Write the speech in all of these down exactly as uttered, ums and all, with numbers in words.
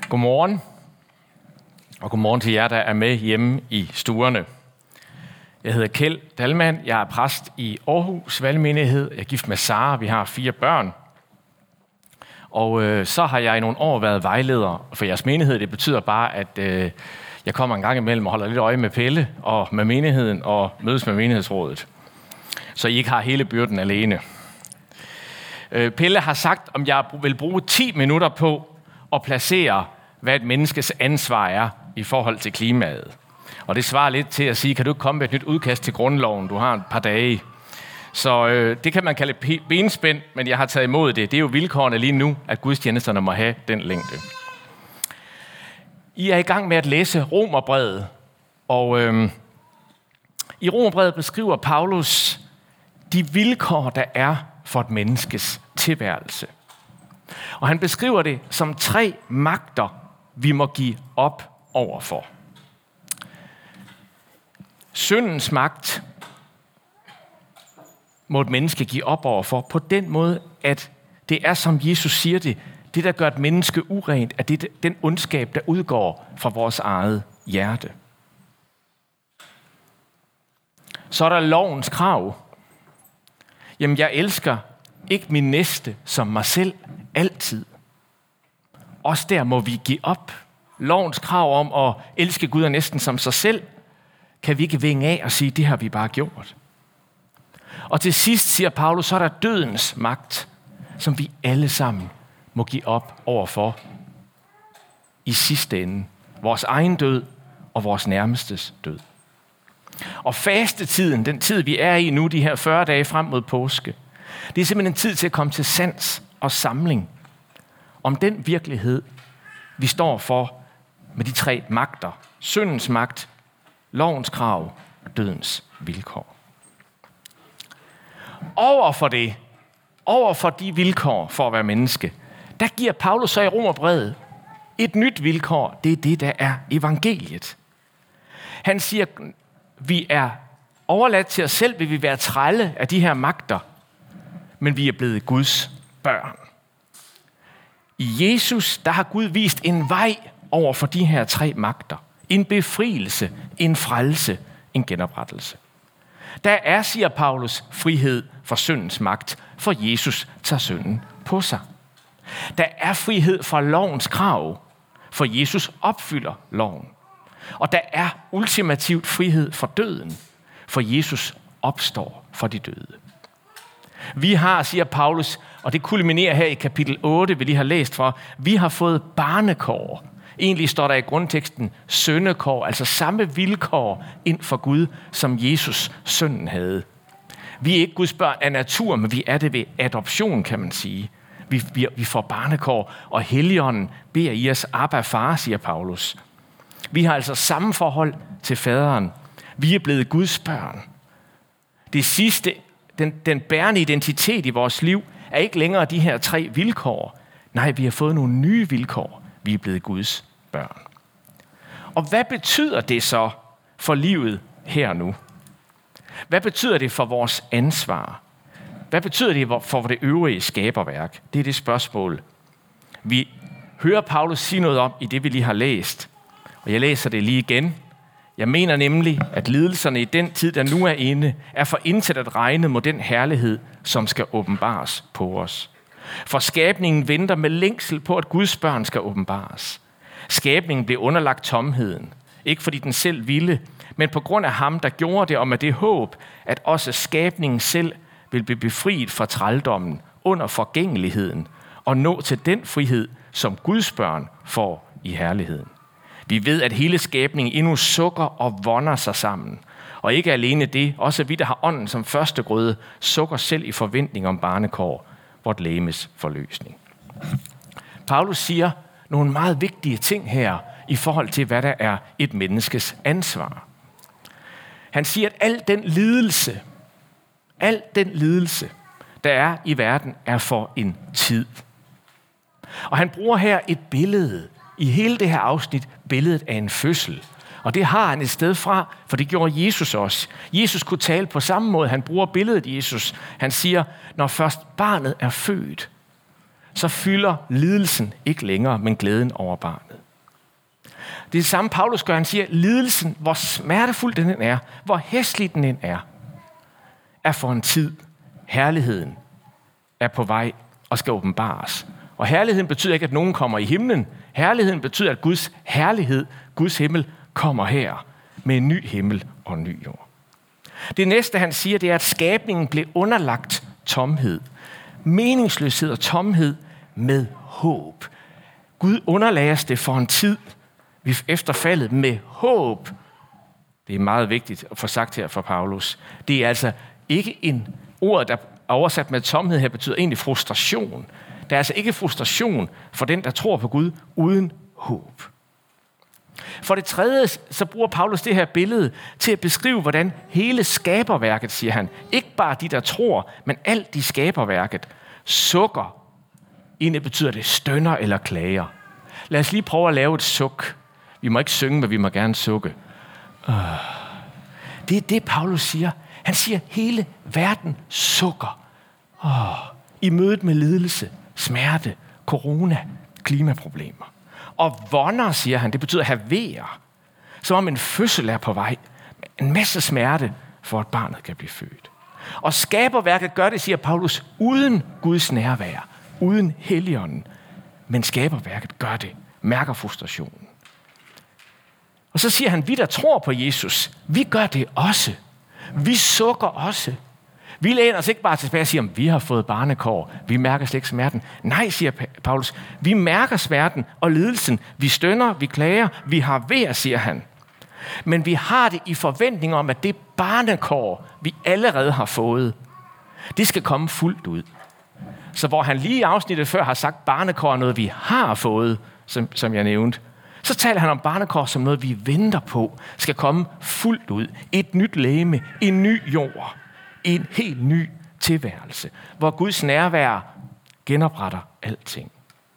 Godmorgen, og godmorgen til jer, der er med hjemme i stuerne. Jeg hedder Kjeld Dalman, jeg er præst i Aarhus Valgmenighed. Jeg er gift med Sara, vi har fire børn. Og øh, så har jeg i nogle år været vejleder for jeres menighed. Det betyder bare, at øh, jeg kommer en gang imellem og holder lidt øje med Pelle og med menigheden og mødes med menighedsrådet. Så I ikke har hele byrden alene. Øh, Pelle har sagt, om jeg vil bruge ti minutter på at placere, hvad et menneskes ansvar er i forhold til klimaet. Og det svarer lidt til at sige, kan du ikke komme med et nyt udkast til grundloven? Du har et par dage. Så øh, det kan man kalde benspænd, men jeg har taget imod det. Det er jo vilkårene lige nu, at gudstjenesterne må have den længde. I er i gang med at læse Romerbrevet, og øh, i Romerbrevet beskriver Paulus de vilkår, der er for et menneskes tilværelse. Og han beskriver det som tre magter, vi må give op overfor. Syndens magt må et menneske give op overfor på den måde, at det er, som Jesus siger det, det, der gør et menneske urent, at det er den ondskab, der udgår fra vores eget hjerte. Så er der lovens krav. Jamen, jeg elsker ikke min næste som mig selv altid. Også der må vi give op. Lovens krav om at elske Gud og næsten som sig selv, kan vi ikke vinge af og sige, det har vi bare gjort. Og til sidst, siger Paulus, så er der dødens magt, som vi alle sammen må give op overfor i sidste ende. Vores egen død og vores nærmestes død. Og fastetiden, den tid vi er i nu, de her fyrre dage frem mod påske, det er simpelthen en tid til at komme til sans og samling om den virkelighed, vi står for med de tre magter. Syndens magt, lovens krav og dødens vilkår. Over for det, over for de vilkår for at være menneske, der giver Paulus så i Romerbrevet et nyt vilkår. Det er det, der er evangeliet. Han siger, vi er overladt til os selv, vil vi være trælle af de her magter, men vi er blevet Guds børn. I Jesus, der har Gud vist en vej over for de her tre magter. En befrielse, en frelse, en genoprettelse. Der er, siger Paulus, frihed for syndens magt, for Jesus tager synden på sig. Der er frihed fra lovens krav, for Jesus opfylder loven. Og der er ultimativt frihed for døden, for Jesus opstår for de døde. Vi har, siger Paulus, og det kulminerer her i kapitel otte, vi lige har læst fra, vi har fået barnekår. Egentlig står der i grundteksten sønnekår, altså samme vilkår ind for Gud, som Jesus sønnen havde. Vi er ikke Guds børn af natur, men vi er det ved adoption, kan man sige. Vi, vi, vi får barnekår, og Helligånden beder i os, Abba far, siger Paulus. Vi har altså samme forhold til faderen. Vi er blevet Guds børn. Det sidste, den, den bærende identitet i vores liv, er ikke længere de her tre vilkår. Nej, vi har fået nogle nye vilkår. Vi er blevet Guds børn. Og hvad betyder det så for livet her og nu? Hvad betyder det for vores ansvar? Hvad betyder det for det øvrige skaberværk? Det er det spørgsmål, vi hører Paulus sige noget om i det, vi lige har læst. Og jeg læser det lige igen. Jeg mener nemlig, at lidelserne i den tid, der nu er inde, er for intet at regne mod den herlighed, som skal åbenbares på os. For skabningen venter med længsel på, at Guds børn skal åbenbares. Skabningen blev underlagt tomheden, ikke fordi den selv ville, men på grund af ham, der gjorde det, og med det håb, at også skabningen selv vil blive befriet fra trældommen under forgængeligheden og nå til den frihed, som Guds børn får i herligheden. Vi ved, at hele skabningen endnu sukker og vonder sig sammen. Og ikke alene det, også vi, der har ånden som førstegrøde, sukker selv i forventning om barnekår, vort legemes forløsning. Paulus siger nogle meget vigtige ting her i forhold til, hvad der er et menneskes ansvar. Han siger, at al den lidelse, al den lidelse, der er i verden, er for en tid. Og han bruger her et billede i hele det her afsnit, billedet af en fødsel. Og det har han et sted fra, for det gjorde Jesus også. Jesus kunne tale på samme måde. Han bruger billedet Jesus. Han siger, når først barnet er født, så fylder lidelsen ikke længere, men glæden over barnet. Det er det samme Paulus gør. Han siger, lidelsen, hvor smertefuld den er, hvor hæslig den er, er for en tid. Herligheden er på vej og skal åbenbares. Og herligheden betyder ikke, at nogen kommer i himlen. Herligheden betyder, at Guds herlighed, Guds himmel, kommer her med en ny himmel og en ny jord. Det næste, han siger, det er, at skabningen blev underlagt tomhed. Meningsløshed og tomhed med håb. Gud underlagde os det for en tid, vi efter faldet med håb. Det er meget vigtigt at få sagt her fra Paulus. Det er altså ikke en ord, der er oversat med tomhed her, betyder egentlig frustration. Der er altså ikke frustration for den, der tror på Gud uden håb. For det tredje, så bruger Paulus det her billede til at beskrive, hvordan hele skaberværket, siger han, ikke bare de, der tror, men alt i skaberværket, sukker. Egentlig betyder det stønner eller klager. Lad os lige prøve at lave et suk. Vi må ikke synge, men vi må gerne sukke. Det er det, Paulus siger. Han siger, at hele verden sukker. Oh, i mødet med lidelse, smerte, corona, klimaproblemer. Og vonder, siger han, det betyder havere. Som om en fødsel er på vej. En masse smerte, for at barnet kan blive født. Og skaberværket gør det, siger Paulus, uden Guds nærvær. Uden Helligånden. Men skaberværket gør det. Mærker frustrationen. Og så siger han, vi der tror på Jesus, vi gør det også. Vi sukker også. Vi læner os ikke bare tilbage og siger, at vi har fået barnekår. Vi mærker slet ikke smerten. Nej, siger Paulus. Vi mærker smerten og lidelsen. Vi stønner, vi klager, vi har vejr, siger han. Men vi har det i forventning om, at det barnekår, vi allerede har fået, det skal komme fuldt ud. Så hvor han lige i afsnittet før har sagt, barnekår er noget, vi har fået, som, som jeg nævnte, så taler han om barnekår som noget, vi venter på, skal komme fuldt ud. Et nyt legeme, en ny jord, en helt ny tilværelse, hvor Guds nærvær genopretter alting.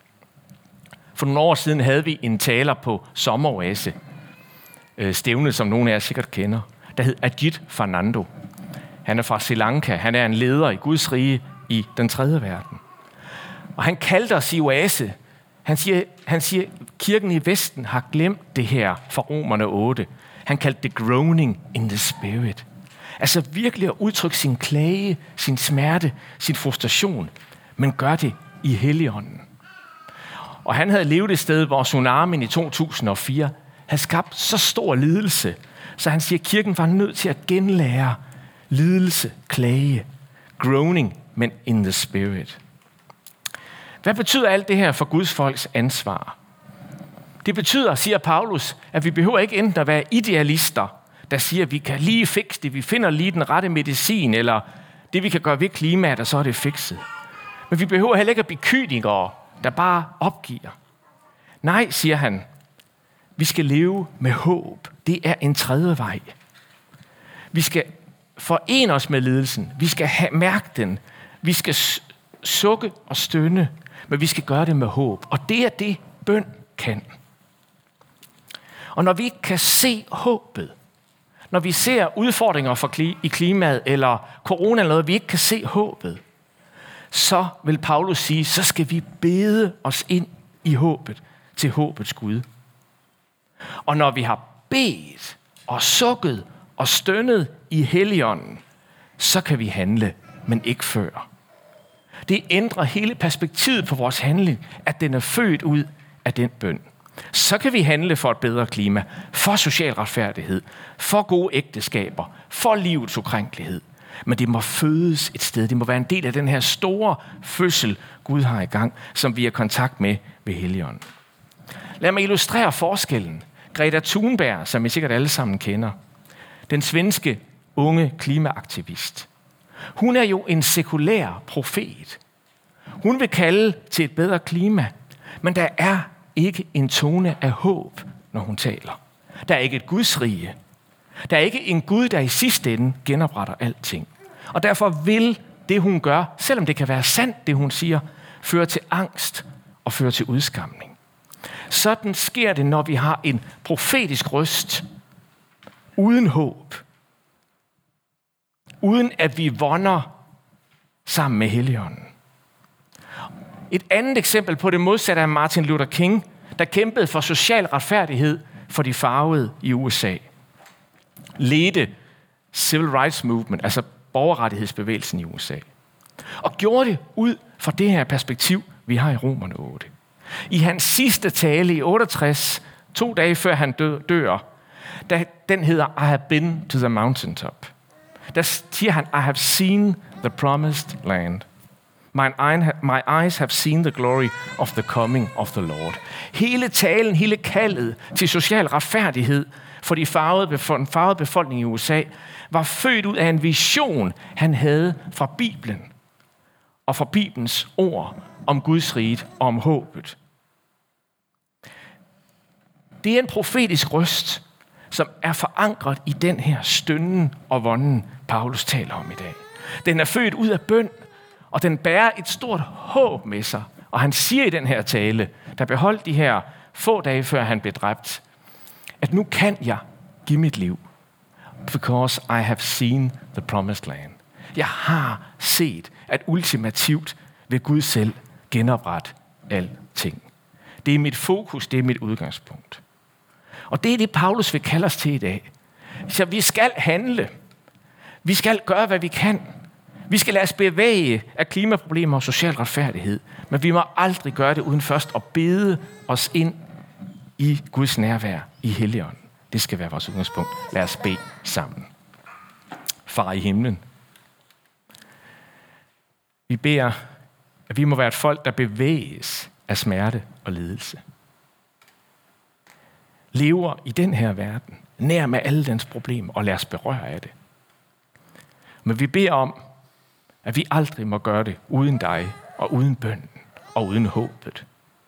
For nogle år siden havde vi en taler på sommeroase, stævnet, som nogle af jer sikkert kender, der hed Ajit Fernando. Han er fra Sri Lanka. Han er en leder i Guds rige i den tredje verden. Og han kaldte os i oase. Han siger, han siger, kirken i Vesten har glemt det her fra Romerne otte. Han kaldte det groaning in the spirit. Altså virkelig at udtrykke sin klage, sin smerte, sin frustration, men gør det i Helligånden. Og han havde levet et sted, hvor tsunamien i to tusind og fire havde skabt så stor lidelse, så han siger, at kirken var nødt til at genlære lidelse, klage, groaning, men in the spirit. Hvad betyder alt det her for Guds folks ansvar? Det betyder, siger Paulus, at vi behøver ikke enten at være idealister, der siger, at vi kan lige fikse det, vi finder lige den rette medicin, eller det, vi kan gøre ved klimaet, og så er det fikset. Men vi behøver heller ikke at blive kynikere, der bare opgiver. Nej, siger han, vi skal leve med håb. Det er en tredje vej. Vi skal forene os med lidelsen. Vi skal have, mærke den. Vi skal sukke og stønne, men vi skal gøre det med håb. Og det er det, bøn kan. Og når vi ikke kan se håbet, når vi ser udfordringer for kli- i klimaet, eller corona eller noget, vi ikke kan se håbet, så vil Paulus sige, så skal vi bede os ind i håbet, til håbets Gud. Og når vi har bedt og sukket og stønnet i Helligånden, så kan vi handle, men ikke før. Det ændrer hele perspektivet på vores handling, at den er født ud af den bøn. Så kan vi handle for et bedre klima, for social retfærdighed, for gode ægteskaber, for livets ukrænkelighed. Men det må fødes et sted. Det må være en del af den her store fødsel, Gud har i gang, som vi er i kontakt med ved Helligånden. Lad mig illustrere forskellen. Greta Thunberg, som I sikkert alle sammen kender, den svenske unge klimaaktivist. Hun er jo en sekulær profet. Hun vil kalde til et bedre klima, men der er ikke en tone af håb, når hun taler. Der er ikke et Guds rige. Der er ikke en Gud, der i sidste ende genopretter alting. Og derfor vil det, hun gør, selvom det kan være sandt, det hun siger, føre til angst og føre til udskamning. Sådan sker det, når vi har en profetisk røst, uden håb. Uden at vi vonder sammen med Helligånden. Et andet eksempel på det modsatte er Martin Luther King, der kæmpede for social retfærdighed for de farvede i U S A. Ledte Civil Rights Movement, altså borgerrettighedsbevægelsen i U S A. Og gjorde det ud fra det her perspektiv, vi har i Romerne otte. I hans sidste tale i otteogtres, to dage før han dø, dør, der, den hedder I have been to the mountaintop. Der siger han, I have seen the promised land. My, my eyes have seen the glory of the coming of the Lord. Hele talen, hele kaldet til social retfærdighed for de farvede, for den farvede befolkning i U S A, var født ud af en vision, han havde fra Bibelen og fra Bibelens ord om Guds rige og om håbet. Det er en profetisk røst, som er forankret i den her stønnen og vonden, Paulus taler om i dag. Den er født ud af bøn, og den bærer et stort håb med sig. Og han siger i den her tale, der beholdt de her få dage før han blev dræbt, at nu kan jeg give mit liv, because I have seen the promised land. Jeg har set, at ultimativt vil Gud selv genoprette alting. Det er mit fokus, det er mit udgangspunkt. Og det er det, Paulus vil kalde os til i dag. Så vi skal handle. Vi skal gøre, hvad vi kan. Vi skal lade os bevæge af klimaproblemer og social retfærdighed. Men vi må aldrig gøre det uden først at bede os ind i Guds nærvær i Helligånden. Det skal være vores udgangspunkt. Lad os bede sammen. Far i himlen. Vi beder, at vi må være et folk, der bevæges af smerte og lidelse. Lever i den her verden, nær med alle dens problemer, og lad os berøre af det. Men vi beder om, at vi aldrig må gøre det uden dig, og uden bønnen, og uden håbet.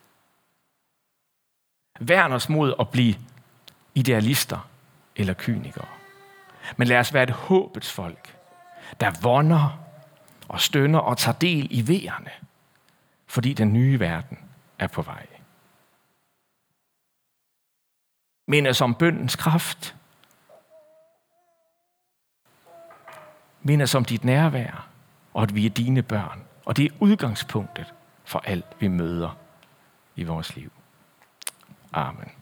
Værn os mod at blive idealister eller kynikere. Men lad os være et håbets folk, der vonder og stønner og tager del i vejerne, fordi den nye verden er på vej. Mind os om bønnens kraft. Mind os om dit nærvær, og at vi er dine børn. Og det er udgangspunktet for alt, vi møder i vores liv. Amen.